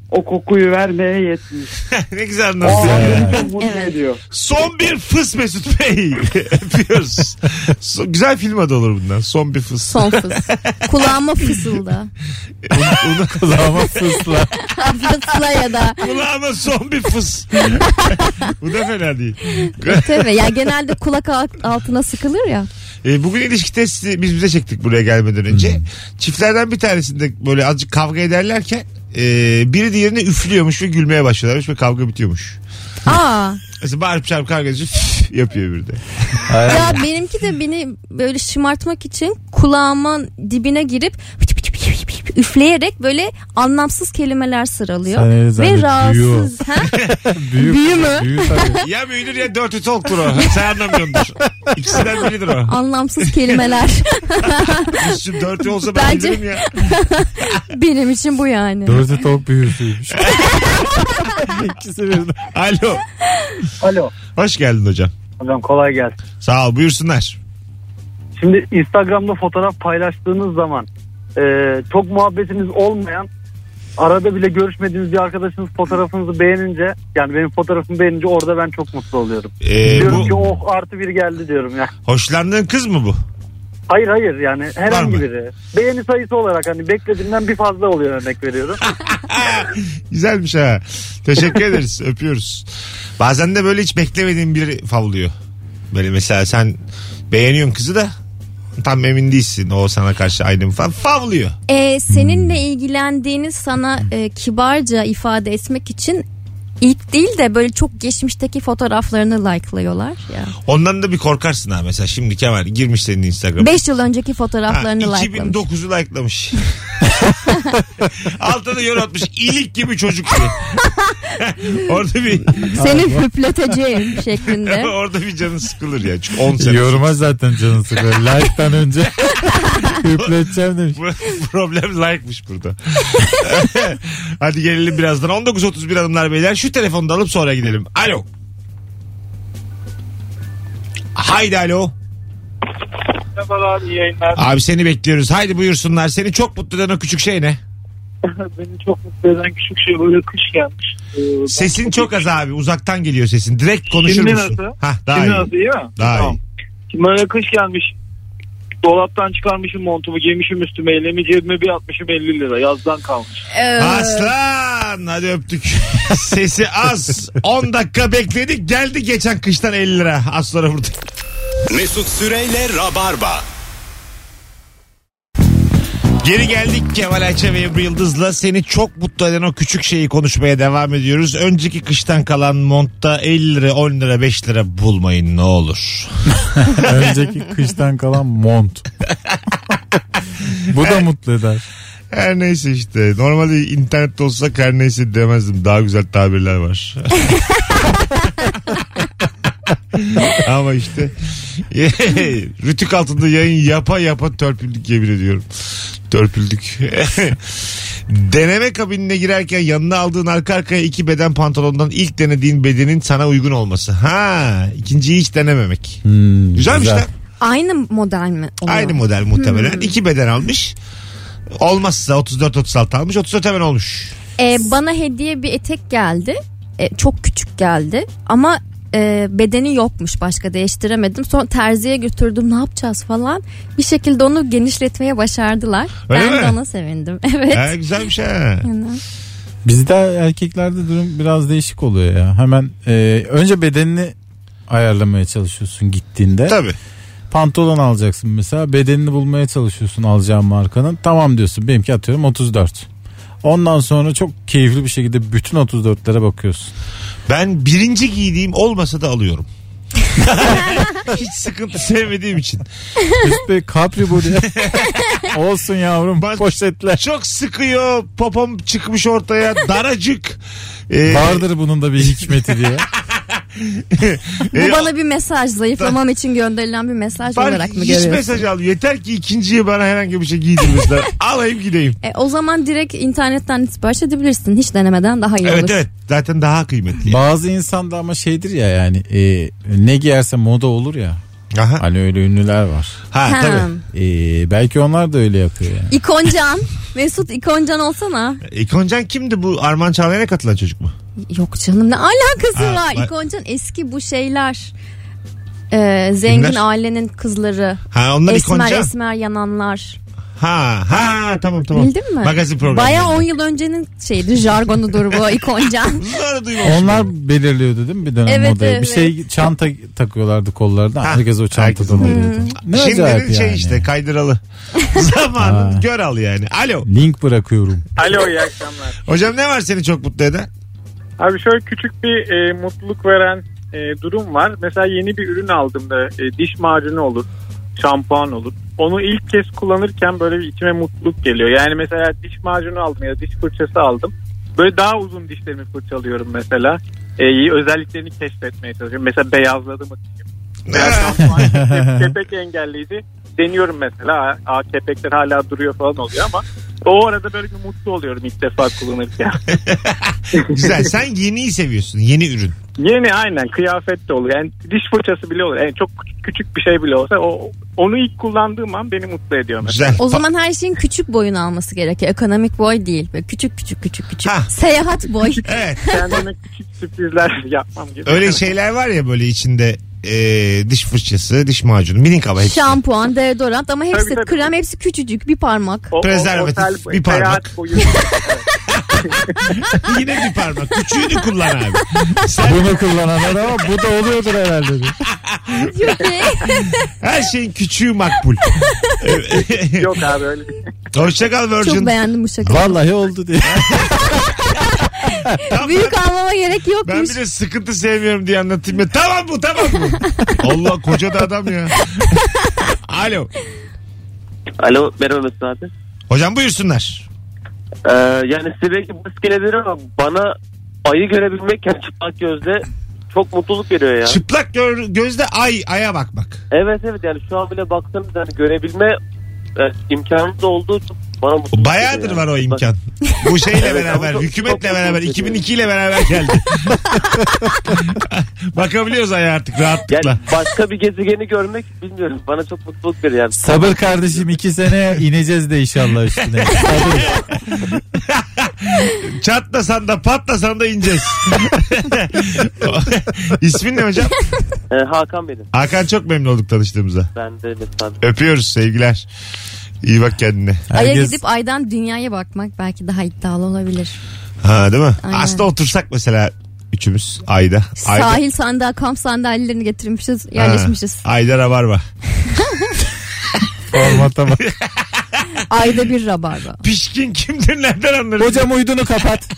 Speaker 10: o kokuyu vermeye yetmiş.
Speaker 2: Ne güzel
Speaker 10: O
Speaker 2: anlattın.
Speaker 10: an beni çok mutlu
Speaker 4: Evet.
Speaker 10: ediyor.
Speaker 2: Son bir fıs Mesut Bey. Öpüyoruz. So- güzel film adı olur bundan. Son bir fıs.
Speaker 4: Son fıs. Kulağıma fısılda.
Speaker 2: Onu
Speaker 5: Kulağıma fısla.
Speaker 4: Fısla ya da.
Speaker 2: kulağıma son bir fıs. Bu da fena değil.
Speaker 4: Tabii ya genelde kulak alt- altına sıkılır ya.
Speaker 2: E, bugün ilişki testi biz bize çektik buraya gelmeden önce.
Speaker 5: Hmm.
Speaker 2: Çiftlerden bir tanesinde böyle azıcık kavga ederlerken e, biri diğerine üflüyormuş ve gülmeye başlıyorlarmış ve kavga bitiyormuş.
Speaker 4: Aa.
Speaker 2: Mesela bağırıp çağırıp kavga ediyor yapıyor bir de.
Speaker 4: Ya benimki de beni böyle şımartmak için kulağımın dibine girip üfleyerek böyle anlamsız kelimeler sıralıyor.
Speaker 5: Sen öyle
Speaker 4: Ve
Speaker 5: zannet,
Speaker 4: rahatsız. Ha?
Speaker 5: Büyü,
Speaker 4: Büyü mü?
Speaker 5: Büyü tabii.
Speaker 2: Ya büyüdür ya dirty talk'tur o. Sen anlamıyordur. İkisinden biridir o.
Speaker 4: Anlamsız kelimeler.
Speaker 2: Üstüm dirty olsa ben
Speaker 4: Bence-
Speaker 2: bilirim ya.
Speaker 4: Benim için bu yani.
Speaker 5: Dirty Talk büyüsüymüş. İkisi birden.
Speaker 2: Alo.
Speaker 10: Alo.
Speaker 2: Hoş geldin hocam.
Speaker 10: Hocam kolay gelsin.
Speaker 2: Sağ ol buyursunlar.
Speaker 10: Şimdi Instagram'da fotoğraf paylaştığınız zaman e, çok muhabbetiniz olmayan, arada bile görüşmediğiniz bir arkadaşınız fotoğrafınızı beğenince, yani benim fotoğrafımı beğenince orada ben çok mutlu oluyorum.
Speaker 2: Ee,
Speaker 10: diyorum
Speaker 2: bu
Speaker 10: ki oh artı biri geldi diyorum ya.
Speaker 2: hoşlandığın kız mı bu?
Speaker 10: Hayır hayır yani
Speaker 2: Var
Speaker 10: herhangi
Speaker 2: mı?
Speaker 10: biri. Beğeni sayısı olarak hani beklediğimden bir fazla oluyor, örnek veriyorum.
Speaker 2: Güzelmiş ha. Teşekkür ederiz. Öpüyoruz. Bazen de böyle hiç beklemediğin biri favlıyor. Böyle mesela sen beğeniyorsun kızı da tam emin değilsin o sana karşı aynı mı falan favlıyor.
Speaker 4: Ee, seninle ilgilendiğini sana e, kibarca ifade etmek için ilk değil de böyle çok geçmişteki fotoğraflarını like'lıyorlar ya.
Speaker 2: Ondan da bir korkarsın ha mesela şimdi Kemal girmiş senin Instagram'a.
Speaker 4: beş yıl önceki fotoğraflarını
Speaker 2: Ha,
Speaker 4: like'lamış.
Speaker 2: iki bin dokuzu like'lamış. Altına yorum atmış. İlik gibi çocuk diye. Orada bir
Speaker 4: Seni hüpleteceğim şeklinde.
Speaker 2: orada bir canın sıkılır ya. Çünkü on sene.
Speaker 5: Yoruma zaten canı sıkıyor. Like'tan önce hüpleteceğim demiş.
Speaker 2: Bu- Problem like'mış burada. Hadi gelelim birazdan. on dokuz otuz bir hanımlar beyler. Şu telefonu da alıp sonra gidelim. Alo. Haydi alo.
Speaker 8: Merhabalar, iyi yayınlar.
Speaker 2: Abi seni bekliyoruz. Haydi buyursunlar. Seni çok mutlu eden o küçük şey ne?
Speaker 8: Beni çok mutlu eden küçük şey, böyle kış gelmiş. Ee, ben
Speaker 2: Sesin çok az abi. Uzaktan geliyor sesin. Direkt konuşur
Speaker 8: Şimdi
Speaker 2: musun?
Speaker 8: nasıl?
Speaker 2: Hah, daha
Speaker 8: Şimdi
Speaker 2: iyi.
Speaker 8: nasıl, iyi mi?
Speaker 2: Daha
Speaker 8: Tamam.
Speaker 2: iyi.
Speaker 8: Şimdi böyle kış gelmiş. Dolaptan çıkarmışım montumu, giymişim üstüme, elimi cebime bir atmışım, elli lira yazdan kalmış.
Speaker 4: Ee,
Speaker 2: Aslan hadi öptük. Sesi az. on dakika bekledik. Geldi geçen kıştan elli lira. Az sonra burada.
Speaker 1: Mesut Süreyle Rabarba.
Speaker 2: Geri geldik Kemal Ayça ve Ebru Yıldız'la seni çok mutlu eden o küçük şeyi konuşmaya devam ediyoruz. Önceki kıştan kalan montta elli lira, on lira, beş lira bulmayın ne olur.
Speaker 5: Önceki kıştan kalan mont. Bu da mutlu eder.
Speaker 2: Her neyse işte. Normalde internette olsak her neyse demezdim. Daha güzel tabirler var. Ama işte rütük altında yayın yapa yapa törpüldük yemin ediyorum. Törpüldük. Deneme kabinine girerken yanına aldığın arka arkaya iki beden pantolondan ilk denediğin bedenin sana uygun olması. Ha, ikinciyi hiç denememek.
Speaker 5: Hmm,
Speaker 2: Güzelmiş
Speaker 5: güzel.
Speaker 2: lan.
Speaker 4: Aynı model mi oluyor?
Speaker 2: Aynı model muhtemelen. İki beden almış. Olmazsa otuz dört otuz altı almış. otuz dört hemen olmuş.
Speaker 4: Ee, bana hediye bir etek geldi. Ee, çok küçük geldi ama e, bedeni yokmuş, başka değiştiremedim. Sonra terziye götürdüm, ne yapacağız falan. Bir şekilde onu genişletmeye başardılar.
Speaker 2: Öyle
Speaker 4: ben
Speaker 2: mi?
Speaker 4: de ona sevindim. Evet.
Speaker 2: Ha, güzelmiş ha.
Speaker 4: Yani.
Speaker 5: Bizde erkeklerde durum biraz değişik oluyor ya. Hemen e, önce bedenini ayarlamaya çalışıyorsun gittiğinde.
Speaker 2: Tabii.
Speaker 5: Pantolon alacaksın mesela, bedenini bulmaya çalışıyorsun alacağın markanın. Tamam diyorsun, benimki atıyorum otuz dört. Ondan sonra çok keyifli bir şekilde bütün otuz dörtlere bakıyorsun.
Speaker 2: Ben birinci giydiğim olmasa da alıyorum. Hiç sıkıntı sevmediğim için.
Speaker 5: Üst be Capri body. Olsun yavrum,
Speaker 2: Bak-
Speaker 5: poşetle.
Speaker 2: Çok sıkıyor. Popom çıkmış ortaya. Daracık. Ee,
Speaker 5: Vardır bunun da bir hikmeti diye.
Speaker 4: Bu
Speaker 2: e,
Speaker 4: bana bir mesaj, zayıflamam için gönderilen bir mesaj
Speaker 2: fark-
Speaker 4: olarak mı
Speaker 2: hiç
Speaker 4: görüyorsun?
Speaker 2: mesaj al. Yeter ki ikinciye bana herhangi bir şey giydirmesinler. Alayım gideyim.
Speaker 4: E, o zaman direkt internetten sipariş edebilirsin. Hiç denemeden daha iyi
Speaker 2: Evet
Speaker 4: olur.
Speaker 2: evet. Zaten daha kıymetli.
Speaker 5: Bazı insan da ama şeydir ya, yani e, ne giyerse moda olur ya.
Speaker 2: Aha.
Speaker 5: Hani öyle ünlüler var.
Speaker 2: Ha
Speaker 4: Ha.
Speaker 2: tabii.
Speaker 5: E, belki onlar da öyle yapıyor yani.
Speaker 4: İkoncan. Mesut İkoncan olsana.
Speaker 2: İkoncan kimdi, bu Arman Çağlayan'a katılan çocuk mu?
Speaker 4: Yok canım, ne alakası
Speaker 2: Ha,
Speaker 4: var?
Speaker 2: bak-
Speaker 4: İkoncan eski bu şeyler. Ee, zengin
Speaker 2: Kimler?
Speaker 4: ailenin kızları.
Speaker 2: Ha onlar
Speaker 4: Esmer
Speaker 2: İkoncan.
Speaker 4: esmer yananlar.
Speaker 2: Ha ha tamam tamam.
Speaker 4: Bildin mi?
Speaker 2: Magazin programı.
Speaker 4: Baya on yıl öncenin şeydi, jargonudur bu İkoncan.
Speaker 2: Bunları duymamışım.
Speaker 5: Onlar belirliyordu değil mi bir dönem
Speaker 4: Evet,
Speaker 5: modayı?
Speaker 4: evet.
Speaker 5: Bir şey çanta takıyorlardı kollardan.
Speaker 2: Ha,
Speaker 5: Herkes o çantadan
Speaker 2: herkes-
Speaker 5: alıyordu. Ne acayip
Speaker 2: Şimdinin şey
Speaker 5: yani.
Speaker 2: işte kaydıralı. Zamanın
Speaker 5: Ha.
Speaker 2: gör al yani. Alo.
Speaker 5: Link bırakıyorum.
Speaker 11: Alo, iyi akşamlar.
Speaker 2: Hocam ne var seni çok mutlu eden?
Speaker 11: Abi şöyle küçük bir e, mutluluk veren e, durum var. Mesela yeni bir ürün aldığımda e, diş macunu olur, şampuan olur. Onu ilk kez kullanırken böyle bir içime mutluluk geliyor. Yani mesela diş macunu aldım ya da diş fırçası aldım. Böyle daha uzun dişlerimi fırçalıyorum mesela. E, özelliklerini keşfetmeye çalışıyorum. Mesela beyazladı mı dişim? Veya şampuan kepek, kepek engelleyici. Deniyorum mesela. Aa, kepekler hala duruyor falan oluyor ama o arada böyle bir mutlu oluyorum ilk defa kullanırken.
Speaker 2: Güzel. Sen yeniyi seviyorsun. Yeni ürün.
Speaker 11: Yeni, aynen, kıyafet de olur. Yani diş fırçası bile olur. Yani çok küçük bir şey bile olsa o onu ilk kullandığım an beni mutlu ediyor mesela.
Speaker 2: Güzel.
Speaker 4: O zaman her şeyin küçük boyunu alması gerekiyor. Ekonomik boy değil. Böyle küçük küçük küçük küçük.
Speaker 2: Ha.
Speaker 4: Seyahat boy.
Speaker 2: Evet.
Speaker 11: Kendime küçük sürprizler yapmam gibi.
Speaker 2: Öyle şeyler var ya böyle içinde e, diş fırçası, diş macunu, minik ama hepsi.
Speaker 4: Şampuan, deodorant ama hepsi
Speaker 11: Tabii, tabii.
Speaker 4: krem, hepsi küçücük bir parmak.
Speaker 11: O- o-
Speaker 2: prezervatif,
Speaker 11: otel boyu,
Speaker 2: bir parmak.
Speaker 11: seyahat boyu.
Speaker 2: Yine bir parmak. Küçüğünü kullan abi.
Speaker 5: Bunu kullananlar ama bu da oluyordur herhalde.
Speaker 4: Çok iyi.
Speaker 2: Her şeyin küçüğü makbul.
Speaker 11: Yok abi, öyle değil.
Speaker 2: Hoşçakal Virgin.
Speaker 4: Çok beğendim bu şakayı.
Speaker 5: Vallahi oldu diye.
Speaker 2: Tamam,
Speaker 4: Büyük
Speaker 2: ben,
Speaker 4: almama gerek
Speaker 2: ben
Speaker 4: yokmuş.
Speaker 2: bir de sıkıntı sevmiyorum diye anlatayım ya. Tamam bu tamam bu. Allah koca da adam ya. Alo.
Speaker 12: Alo, merhaba Mesut abi.
Speaker 2: Hocam buyursunlar.
Speaker 12: Ee, yani size belki basit gelebilir ama bana ayı görebilmek yani çıplak gözle çok mutluluk veriyor ya.
Speaker 2: Çıplak gör, gözle ay aya bakmak.
Speaker 12: Evet evet, yani şu an bile baktığınız yani görebilme e, imkanınız da olduğu için bana mutluluk
Speaker 2: Bayağıdır
Speaker 12: veriyor
Speaker 2: var o
Speaker 12: yani.
Speaker 2: imkan. Bu şeyle
Speaker 12: Evet,
Speaker 2: beraber,
Speaker 12: ama çok-
Speaker 2: hükümetle
Speaker 12: çok
Speaker 2: beraber,
Speaker 12: mutluluk
Speaker 2: iki bin
Speaker 12: veriyor.
Speaker 2: iki ile beraber geldi. Bakabiliyoruz aya artık rahatlıkla.
Speaker 12: Yani başka bir gezegeni görmek bilmiyorum. Bana çok mutluluk veriyor yani.
Speaker 5: Sabır kardeşim, iki sene ineceğiz de inşallah üstüne. Sabır.
Speaker 2: Çatlasan da patlasan da ineceğiz. İsmin ne hocam?
Speaker 12: Ee, Hakan benim.
Speaker 2: Hakan, çok memnun olduk tanıştığımıza.
Speaker 12: Ben de Mesut abi.
Speaker 2: Öpüyoruz, sevgiler. İyi bak kendine.
Speaker 4: Aya
Speaker 5: Herkes-
Speaker 4: gidip aydan dünyaya bakmak belki daha iddialı olabilir.
Speaker 2: Ha değil mi?
Speaker 4: Aynen.
Speaker 2: Aslında otursak mesela üçümüz ayda. ayda
Speaker 4: Sahil sandalye, kamp sandalyelerini getirmişiz, yerleşmişiz.
Speaker 2: Ha, ayda rabarba.
Speaker 5: Formata bak.
Speaker 4: Ayda bir rabarba.
Speaker 2: Pişkin kimdir, nereden anlarız?
Speaker 5: Hocam uydunu kapat.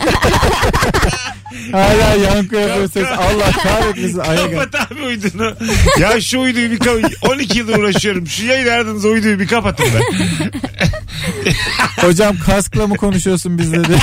Speaker 5: Hala yankı yapıyor ses. Allah kahretmesin. Aya gel.
Speaker 2: Kapat abi uydunu. Ya şu uyduyu bir kapat. on iki yıldır uğraşıyorum. Şu yayın aradığınız uyduyu bir kapatın be.
Speaker 5: Hocam kaskla mı konuşuyorsun bizle de?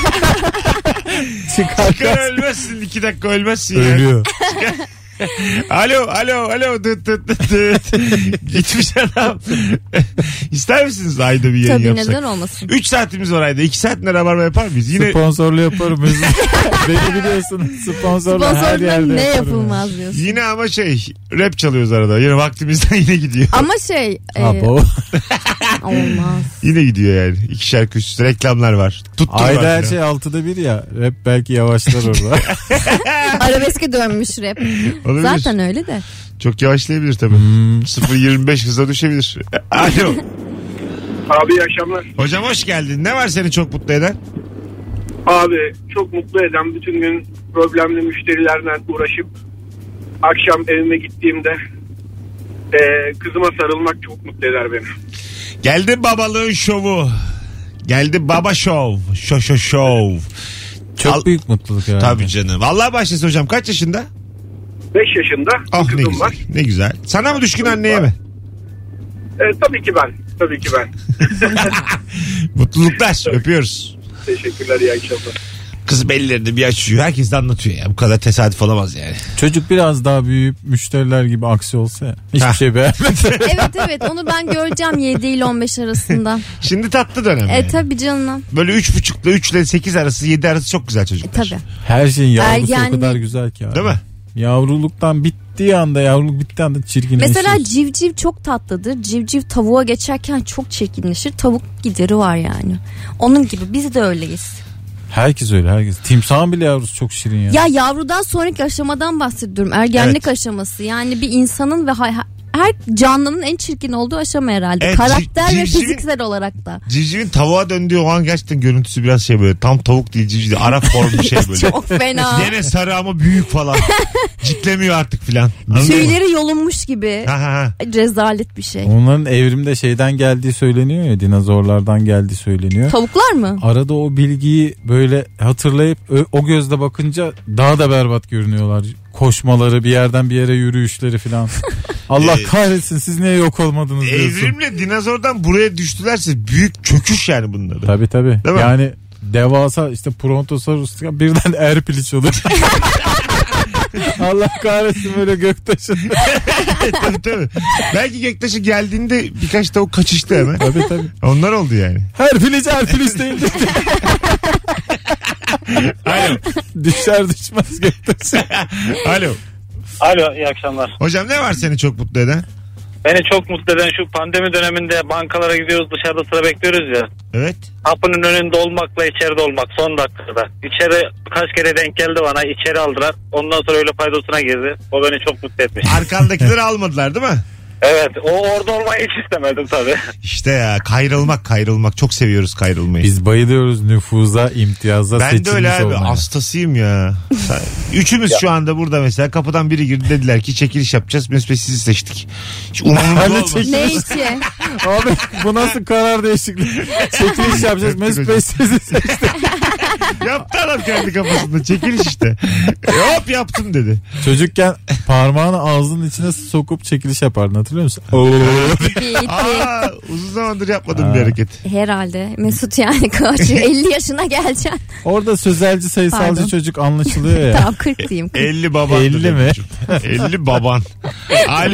Speaker 5: Çıkar
Speaker 2: Çıkar
Speaker 5: kask.
Speaker 2: ölmezsin. iki dakika ölmezsin ya.
Speaker 5: Ölüyor.
Speaker 2: Alo alo alo dıt dıt dıt dıt. Gitmiş adam. İster misiniz ayda bir yayın
Speaker 4: Tabii,
Speaker 2: yapsak?
Speaker 4: neden olmasın.
Speaker 2: üç saatimiz var ayda. iki saatinde rabarba yapar mıyız? Yine
Speaker 5: Sponsorlu yaparım. Beni biliyorsun. Sponsorlu her
Speaker 4: Sponsordan
Speaker 5: yerde
Speaker 4: ne
Speaker 5: yaparım.
Speaker 4: yapılmaz diyorsun.
Speaker 2: yine ama şey rap çalıyoruz arada. Yine vaktimizden yine gidiyor.
Speaker 4: Ama şey e,
Speaker 5: Abo.
Speaker 4: olmaz.
Speaker 2: Yine gidiyor yani. İkişer küs reklamlar var. Tutturlar.
Speaker 5: Ayda her
Speaker 2: falan.
Speaker 5: şey altıda bir ya. Rap belki yavaşlar orada.
Speaker 4: Arabeske dönmüş rap.
Speaker 2: Olabilir.
Speaker 4: Zaten öyle de.
Speaker 2: Çok yavaşlayabilir tabii.
Speaker 5: Hmm.
Speaker 2: sıfır yirmi beş hıza düşebilir. Alo.
Speaker 13: Abi iyi akşamlar.
Speaker 2: Hocam hoş geldin. Ne var seni çok mutlu eden?
Speaker 13: Abi çok mutlu eden bütün gün problemli müşterilerle uğraşıp akşam evime gittiğimde e, kızıma sarılmak çok mutlu eder beni.
Speaker 2: Geldi babalığın şovu. Geldi baba şov. Şo şo şov.
Speaker 5: Çok
Speaker 2: Al-
Speaker 5: büyük mutluluk herhalde.
Speaker 2: Tabii canım. Vallahi başlasın hocam. Kaç yaşında?
Speaker 13: beş yaşında
Speaker 2: Ah
Speaker 13: bir
Speaker 2: ne
Speaker 13: kızım
Speaker 2: güzel.
Speaker 13: var.
Speaker 2: Ne güzel. Sana mı düşkün, anneye mi?
Speaker 13: E, tabii ki ben. Tabii ki ben.
Speaker 2: Mutluluklar. Öpüyoruz.
Speaker 13: Teşekkürler, iyi akşamlar.
Speaker 2: Kız bellerini bir açıyor. Herkes de anlatıyor ya. Bu kadar tesadüf olamaz yani.
Speaker 5: Çocuk biraz daha büyüyüp müşteriler gibi aksi olsa ya. Hiçbir
Speaker 2: Hah.
Speaker 5: şey beğenmedi.
Speaker 4: Evet evet, onu ben göreceğim yedi ile on beş arasında.
Speaker 2: Şimdi tatlı dönem.
Speaker 4: E
Speaker 2: yani.
Speaker 4: tabi canım.
Speaker 2: Böyle üç buçukla üç ile sekiz arası, yedi arası çok güzel
Speaker 4: E
Speaker 2: çocuklar.
Speaker 4: tabi.
Speaker 5: Her şeyin yavrusu
Speaker 4: Ergenlik.
Speaker 5: o kadar güzel ki abi.
Speaker 2: Değil mi?
Speaker 5: Yavruluktan bir bittiği anda, yavruluk bittiği anda çirkinleşir.
Speaker 4: Mesela civciv çok tatlıdır. Civciv tavuğa geçerken çok çirkinleşir. Tavuk gideri var yani. Onun gibi biz de öyleyiz.
Speaker 5: Herkes öyle, herkes. Timsahın bile yavrusu çok şirin ya.
Speaker 4: Ya yavrudan sonraki aşamadan bahsediyorum. Ergenlik evet. aşaması. Yani bir insanın ve hay- her canlının en çirkin olduğu aşama herhalde. Evet, karakter civ- ve fiziksel olarak da.
Speaker 2: Civcivin tavuğa döndüğü o an gerçekten görüntüsü biraz şey böyle. Tam tavuk değil, civciv değil. Ara form bir şey böyle.
Speaker 4: Çok fena.
Speaker 2: Gene sarı ama büyük falan. Ciklemiyor artık filan.
Speaker 4: Tüyleri yolunmuş gibi.
Speaker 2: Ha, ha.
Speaker 4: Rezalet bir şey.
Speaker 5: Onların evrimde şeyden geldiği söyleniyor ya, dinozorlardan geldiği söyleniyor.
Speaker 4: Tavuklar mı?
Speaker 5: Arada o bilgiyi böyle hatırlayıp o gözle bakınca daha da berbat görünüyorlar. Koşmaları, bir yerden bir yere yürüyüşleri filan. Allah kahretsin, siz niye yok olmadınız diyorsun.
Speaker 2: Evrimle dinozordan buraya düştülerse büyük çöküş yani bunları.
Speaker 5: Tabii tabii. Yani devasa işte Brontosaurus birden Erpiliç olur. Allah kahretsin böyle göktaşında.
Speaker 2: Tabii tabii. Belki göktaşı geldiğinde birkaç tavuk kaçıştı hemen.
Speaker 5: Tabii tabii.
Speaker 2: Onlar oldu yani.
Speaker 5: Erpiliç Erpiliç değildi.
Speaker 2: Alo.
Speaker 5: Düşer düşmez göktaşı.
Speaker 2: Alo.
Speaker 14: Alo, iyi akşamlar.
Speaker 2: Hocam ne var seni çok mutlu eden?
Speaker 14: Beni çok mutlu eden şu pandemi döneminde bankalara gidiyoruz, dışarıda sıra bekliyoruz ya.
Speaker 2: Evet.
Speaker 14: Kapının önünde olmakla içeride olmak son dakikada. İçeri kaç kere denk geldi bana, içeri aldılar. Ondan sonra öyle paydosuna girdi. O beni çok mutlu etmiş.
Speaker 2: Arkandakileri almadılar değil mi?
Speaker 14: Evet, o orada olmayı hiç istemedim tabii.
Speaker 2: İşte ya, kayrılmak kayrılmak çok seviyoruz kayrılmayı.
Speaker 5: Biz bayılıyoruz nüfuza, imtiyaza,
Speaker 2: ben
Speaker 5: seçilmiş olmaya.
Speaker 2: Ben de öyle abi, hastasıyım ya. Üçümüz şu anda burada mesela, kapıdan biri girdi, dediler ki çekiliş yapacağız. Mesut Bey sizi seçtik. Hiç umurumda olmaz.
Speaker 4: Ne içi?
Speaker 5: Abi bu nasıl karar değişikliği? Çekiliş yapacağız, Mesut Bey sizi seçtik.
Speaker 2: Yaptı adam kendi kafasında, çekiliş işte. E, hop yaptım dedi.
Speaker 5: Çocukken parmağını ağzının içine sokup çekiliş yapardın, hatırlıyor musun?
Speaker 2: Aa, uzun zamandır yapmadım Aa. bir hareket.
Speaker 4: Herhalde Mesut yani kaç elli yaşına geleceksin.
Speaker 5: Orada sözelci sayısalcı Pardon. çocuk anlaşılıyor ya.
Speaker 4: Tamam kırk diyeyim. kırk.
Speaker 2: elli baban.
Speaker 5: elli mi?
Speaker 2: elli baban. Alo.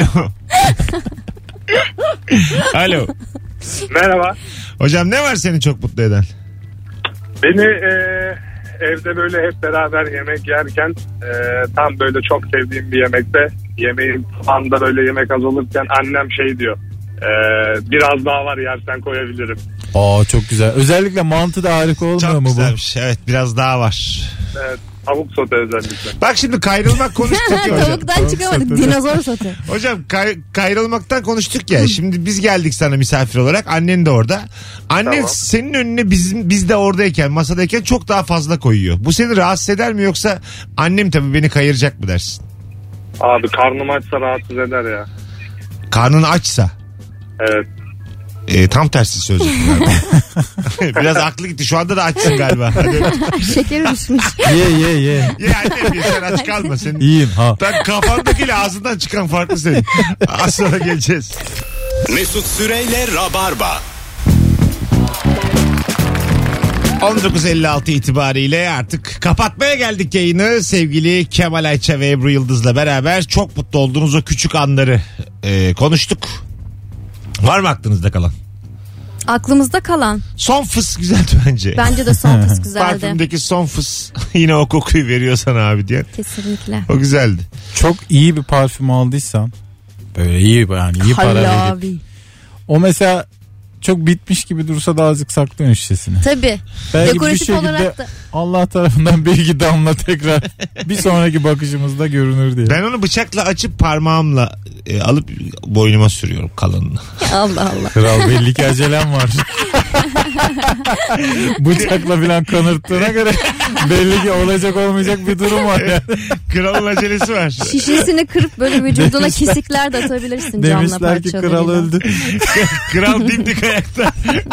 Speaker 2: Alo.
Speaker 13: Merhaba.
Speaker 2: Hocam ne var seni çok mutlu eden?
Speaker 13: Beni e, evde böyle hep beraber yemek yerken e, tam böyle çok sevdiğim bir yemekte, yemeğin anda böyle yemek az olurken annem şey diyor. E, biraz daha var, yersen koyabilirim.
Speaker 5: Aa çok güzel. Özellikle mantı da harika olmuyor
Speaker 2: çok
Speaker 5: mu bu?
Speaker 2: Çok güzelmiş. Evet, biraz daha var.
Speaker 13: Evet. Tavuk sote özellikle.
Speaker 2: Bak şimdi kayrılmak konuştuk ya hocam.
Speaker 4: Tavuktan çıkamadık, dinozor sote.
Speaker 2: Hocam kay, kayrılmaktan konuştuk ya. Şimdi biz geldik sana misafir olarak. Annen de orada. Annen tamam. senin önüne bizim biz de oradayken, masadayken çok daha fazla koyuyor. Bu seni rahatsız eder mi, yoksa annem tabii beni kayıracak mı dersin?
Speaker 13: Abi karnım açsa rahatsız eder ya.
Speaker 2: Karnın açsa?
Speaker 13: Evet.
Speaker 2: E, tam tersi sözcük. Biraz aklı gitti. Şu anda da açsın galiba.
Speaker 4: Şekeri düşmüş.
Speaker 5: Ye ye ye.
Speaker 2: Ye annem ye, sen aç kalma. Senin,
Speaker 5: İyiyim ha.
Speaker 2: Ben kafandakiyle ağzından çıkan farklı senin. Az sonra geleceğiz.
Speaker 1: Mesut Süreyle Rabarba.
Speaker 2: on dokuz elli altı itibariyle artık kapatmaya geldik yayını. Sevgili Kemal Ayça ve Ebru Yıldız'la beraber çok mutlu olduğunuz o küçük anları e, konuştuk. Var mı aklınızda kalan?
Speaker 4: Aklımızda kalan.
Speaker 2: Son fıs güzeldi bence.
Speaker 4: Bence de son fıs güzeldi.
Speaker 2: Parfümdeki son fıs yine o kokuyu veriyor sana abi diye.
Speaker 4: Kesinlikle.
Speaker 2: O güzeldi.
Speaker 5: Çok iyi bir parfüm aldıysan, böyle iyi yani iyi para verip, o mesela çok bitmiş gibi dursa da azıcık saklıyorsun şişesini.
Speaker 4: Tabii.
Speaker 5: Belki
Speaker 4: dekoratif
Speaker 5: bir şekilde
Speaker 4: olarak da
Speaker 5: Allah tarafından bir iki damla tekrar bir sonraki bakışımızda görünür diye.
Speaker 2: Ben onu bıçakla açıp parmağımla e, alıp boynuma sürüyorum kalanını.
Speaker 4: Allah Allah.
Speaker 5: Kral belli ki acelem var. Bıçakla falan kanırttığına göre belli ki olacak olmayacak bir durum var yani.
Speaker 2: Kralın acelesi var.
Speaker 4: Şişesini kırıp böyle vücuduna demişler, kesikler de atabilirsin camla parçalarıyla.
Speaker 5: Demişler ki kral öldü.
Speaker 2: Kral dimdik ayakta.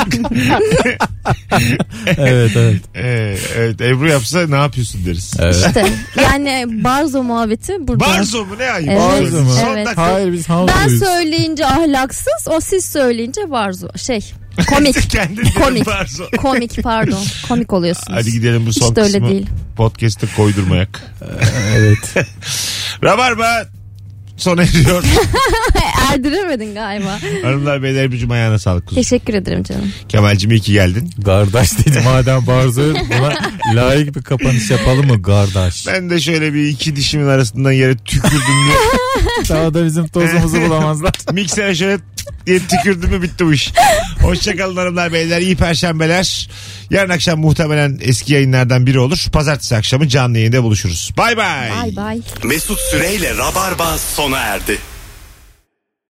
Speaker 5: Evet evet.
Speaker 2: Ee, evet Ebru yapsa ne yapıyorsun deriz.
Speaker 5: Evet.
Speaker 4: İşte yani barzo muhabbeti burada.
Speaker 2: Barzo mu ne ayıp?
Speaker 4: Evet.
Speaker 5: Barzo mu?
Speaker 4: Evet.
Speaker 5: Hayır biz
Speaker 4: Ben
Speaker 5: hamuruyuz.
Speaker 4: söyleyince ahlaksız, o siz söyleyince barzo. Şey komik. komik.
Speaker 2: Barzo.
Speaker 4: Komik pardon. Komik oluyorsunuz.
Speaker 2: Hadi gidelim bu son
Speaker 4: Hiç de öyle
Speaker 2: kısmı.
Speaker 4: değil.
Speaker 2: Podcast'ı koydurmayak.
Speaker 5: Evet.
Speaker 2: Rabarba sona eriyor.
Speaker 4: Erdiremedin galiba.
Speaker 2: Hanımlar beyler hepimizin ayağına sağlık kuzum.
Speaker 4: Teşekkür ederim canım.
Speaker 2: Kemal'cim iyi ki geldin.
Speaker 5: Kardeş dedi madem Barzo buna layık bir kapanış yapalım mı kardeş?
Speaker 2: Ben de şöyle bir iki dişimin arasından yere tükürdüm diye.
Speaker 5: Daha da bizim tozumuzu bulamazlar.
Speaker 2: Miksere şöyle diye tükürdüm mü bitti bu iş. Hoşçakalın hanımlar beyler, iyi perşembeler. Yarın akşam muhtemelen eski yayınlardan biri olur. Pazartesi akşamı canlı yayında buluşuruz. Bay bay.
Speaker 4: Bay bay.
Speaker 1: Mesut Süreyle Rabarba sona erdi.